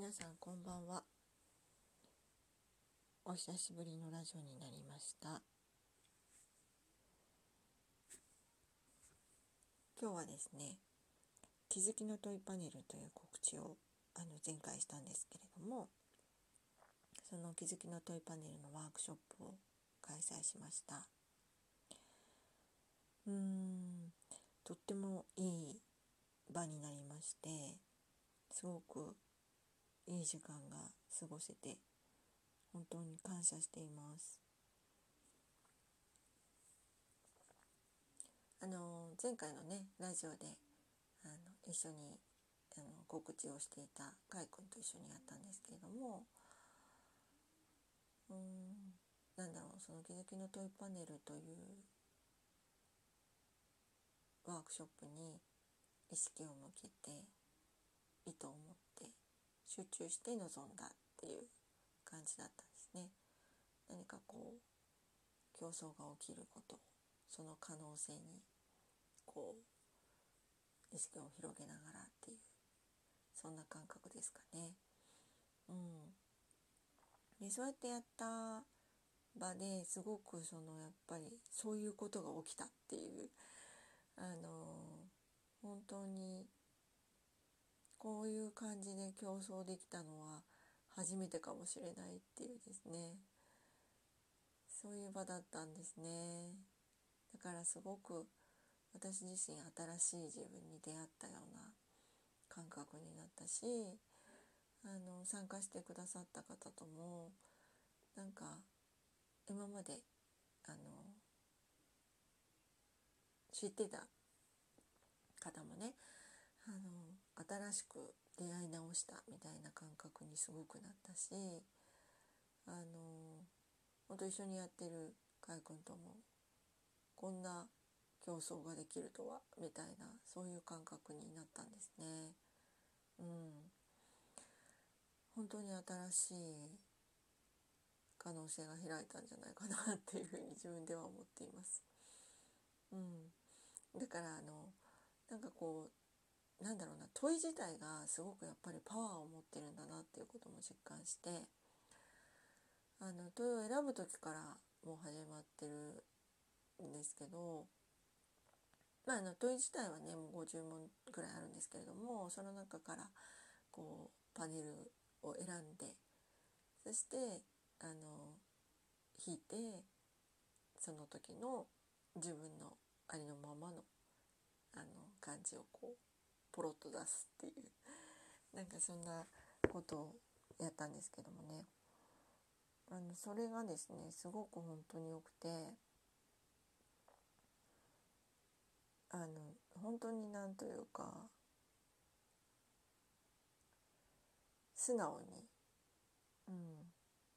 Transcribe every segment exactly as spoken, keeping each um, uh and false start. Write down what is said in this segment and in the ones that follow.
皆さんこんばんは。お久しぶりのラジオになりました。今日はですね、気づきの問いパネルという告知をあの前回したんですけれども、その気づきの問いパネルのワークショップを開催しました。うーんとってもいい場になりまして、すごくいい時間が過ごせて本当に感謝しています。あの前回のねラジオであの一緒にあの告知をしていたかいくんと一緒にやったんですけれども、うーんなんだろうその気づきの問いパネルというワークショップに意識を向けて意図を持って集中して臨んだっていう感じだったんですね。何かこう競争が起きること、その可能性にこう意識を広げながらっていう、そんな感覚ですかね。うん、でそうやってやった場ですごくそのやっぱりそういうことが起きたっていうあの本当にこういう感じで競争できたのは初めてかもしれないっていうですね、そういう場だったんですね。だからすごく私自身新しい自分に出会ったような感覚になったし、あの参加してくださった方ともなんか今まであの知ってた方もね、あの新しく出会い直したみたいな感覚にすごくなったし、あの本当一緒にやってるかいくんともこんな競争ができるとはみたいな、そういう感覚になったんですね。うん、本当に新しい可能性が開いたんじゃないかなっていうふうに自分では思っています。うん、だからあのなんかこうなんだろうな、問い自体がすごくやっぱりパワーを持ってるんだなっていうことも実感して、あの問いを選ぶ時からもう始まってるんですけど、まあ、あの問い自体はねもうごじゅう問ぐらいあるんですけれども、その中からこうパネルを選んで、そしてあの引いてその時の自分のありのままのあの感じをこうポロッと出すっていう、なんかそんなことをやったんですけどもね、あのそれがですねすごく本当に良くて、あの本当になんというか素直に、うん、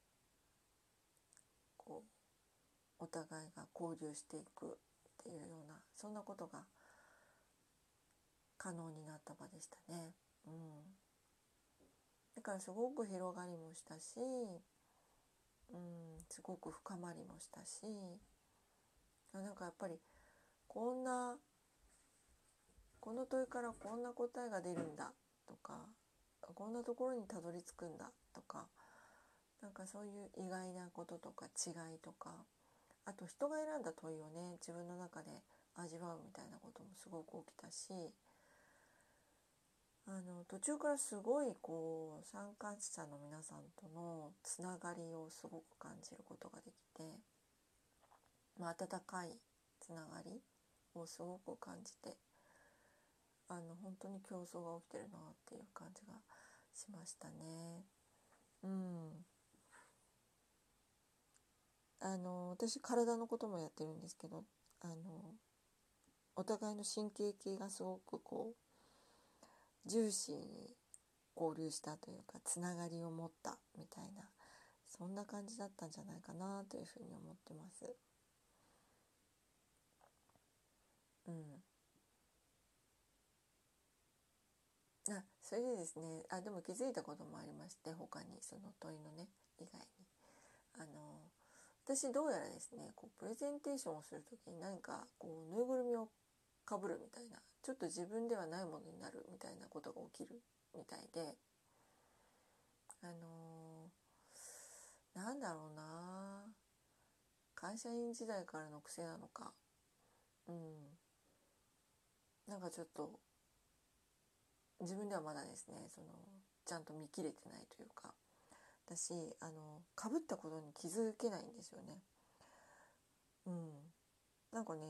こうお互いが交流していくっていうような、そんなことが可能になった場でしたね。うん、だからすごく広がりもしたし、うん、すごく深まりもしたし、なんかやっぱりこんなこの問いからこんな答えが出るんだとか、こんなところにたどり着くんだとか、なんかそういう意外なこととか違いとか、あと人が選んだ問いをね自分の中で味わうみたいなこともすごく起きたし、あの途中からすごいこう参加者の皆さんとのつながりをすごく感じることができて、まあ、温かいつながりをすごく感じて、あの本当に競争が起きてるなっていう感じがしましたね。うん、あの私体のこともやってるんですけど、あのお互いの神経系がすごくこうジューシーに交流したというか、つながりを持ったみたいな、そんな感じだったんじゃないかなというふうに思ってます。うん、あそれでですね、あでも気づいたこともありまして、他にその問いのね以外に、あの私どうやらですね、こうプレゼンテーションをするときに何かこうぬいぐるみをかぶるみたいな、ちょっと自分ではないものになるみたいなことが起きるみたいで、 あのー、なんだろうな、会社員時代からの癖なのか、うん、なんかちょっと自分ではまだですね、そのちゃんと見切れてないというか、私あの被ったことに気づけないんですよね。うん、なんかね、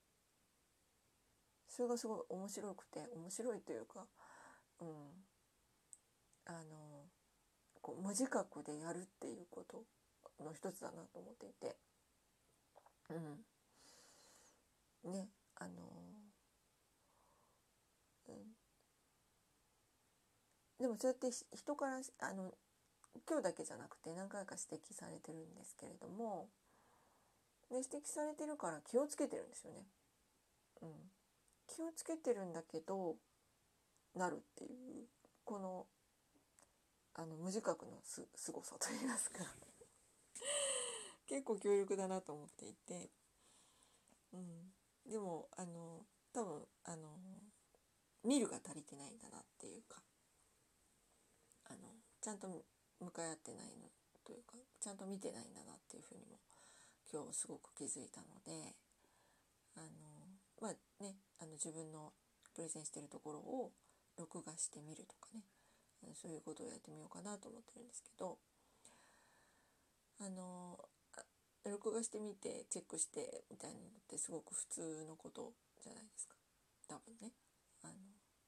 それがすごい面白くて、面白いというか、うん、あのこう無自覚でやるっていうことの一つだなと思っていて、うんね、あの、うん、でもそうやって人からあの今日だけじゃなくて何回か指摘されてるんですけれども、で指摘されてるから気をつけてるんですよね。うん、気をつけてるんだけどなるっていうこのあの無自覚のす凄さといいますか結構強力だなと思っていて、うん、でもあの多分あの見るが足りてないんだなっていうか、あのちゃんと向かい合ってないのというか、ちゃんと見てないんだなっていうふうにも今日すごく気づいたので、あのまあね、あの自分のプレゼンしてるところを録画してみるとかね、そういうことをやってみようかなと思ってるんですけど、あの録画してみてチェックしてみたいなのってすごく普通のことじゃないですか、多分ね。あの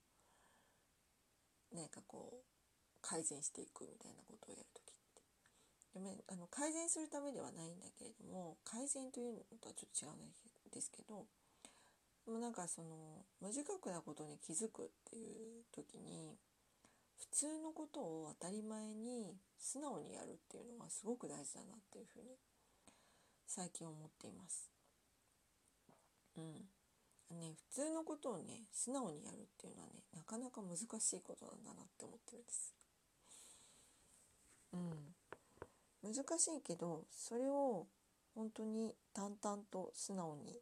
何かこう改善していくみたいなことをやるときって、でもあの改善するためではないんだけれども、改善というのとはちょっと違うんですけど、もうなんかその無自覚なことに気づくっていう時に、普通のことを当たり前に素直にやるっていうのはすごく大事だなっていうふうに最近思っています。うんね、普通のことをね素直にやるっていうのはね、なかなか難しいことなんだなって思ってるんです。うん、難しいけど、それを本当に淡々と素直に、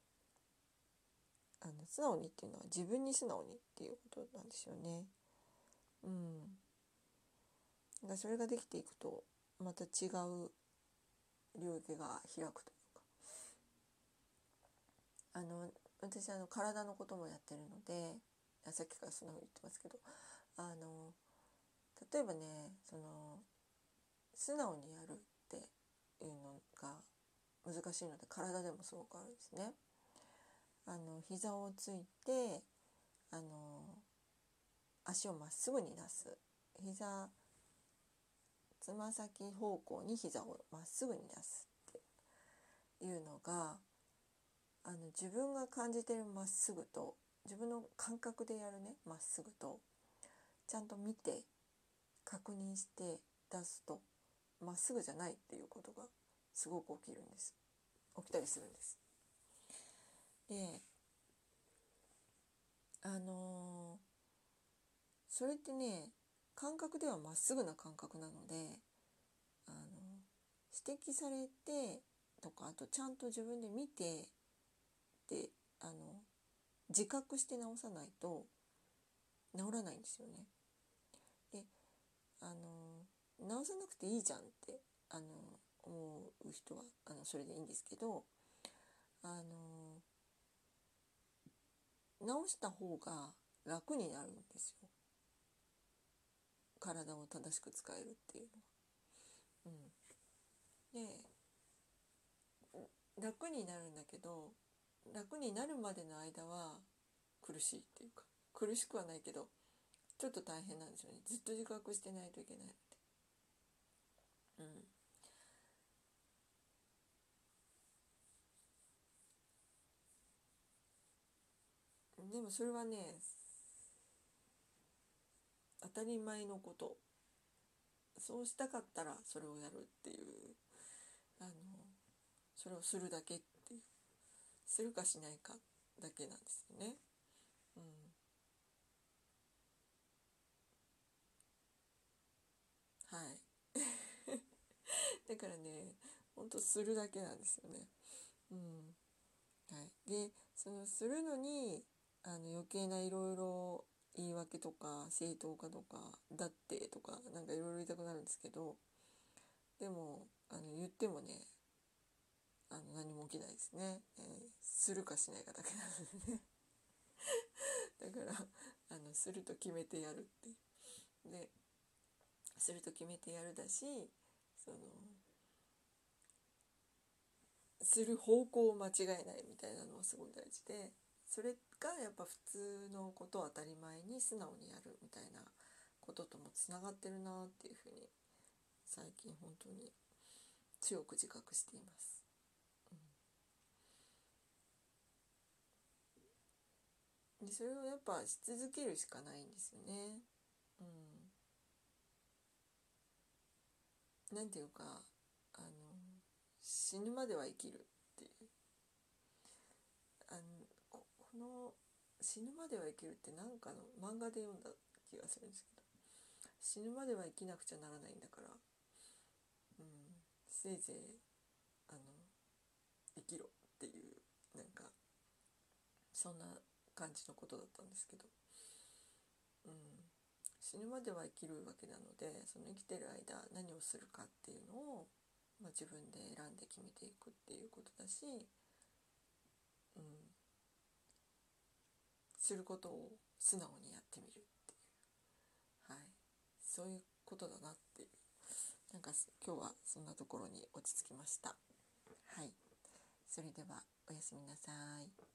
あの素直にっていうのは自分に素直にっていうことなんですよね。うん、だからそれができていくとまた違う領域が開くというか、あの私あの体のこともやってるので、さっきから素直に言ってますけど、あの例えばね、その素直にやるっていうのが難しいので、体でもすごくあるんですね。あの膝をついて、あの足をまっすぐに出す、膝つま先方向に膝をまっすぐに出すっていうのが、あの自分が感じてるまっすぐと、自分の感覚でやるねまっすぐと、ちゃんと見て確認して出すとまっすぐじゃないっていうことがすごく起きるんです。起きたりするんです。で、あのー、それってね、感覚ではまっすぐな感覚なので、あの指摘されてとか、あとちゃんと自分で見てで、あの自覚して直さないと治らないんですよね。で、あの直さなくていいじゃんってあの思う人はあのそれでいいんですけど、あの直した方が楽になるんですよ、体を正しく使えるっていうのは。うん、で楽になるんだけど、楽になるまでの間は苦しいっていうか、苦しくはないけどちょっと大変なんですよね。ずっと自覚してないといけないので。うん、でもそれはね、当たり前のこと、そうしたかったらそれをやるっていう、あのそれをするだけっていう、するかしないかだけなんですよね。うん、はいだからね、ほんとするだけなんですよね。うん、はい、でそのするのにあの余計ないろいろ言い訳とか正当化とかだってとかなんかいろいろ言いたくなるんですけど、でもあの言ってもね、あの何も起きないですね、えー、するかしないかだけなのでねだからあのすると決めてやるってですると決めてやるだし、そのする方向を間違えないみたいなのはすごい大事で、それがやっぱ普通のことを当たり前に素直にやるみたいなことともつながってるなっていうふうに最近本当に強く自覚しています。うん、でそれをやっぱし続けるしかないんですよね。うん、なんていうかあの死ぬまでは生きるっていう、あのここの死ぬまでは生きるってなんかの漫画で読んだ気がするんですけど、死ぬまでは生きなくちゃならないんだから、うん、せいぜいあの生きろっていうなんかそんな感じのことだったんですけど、うん、死ぬまでは生きるわけなので、その生きてる間何をするかっていうのを、まあ、自分で選んで決めていくっていうことだし、うん、することを素直にやってみるっていう、はい、そういうことだなっていう、なんか今日はそんなところに落ち着きました。はい、それではおやすみなさい。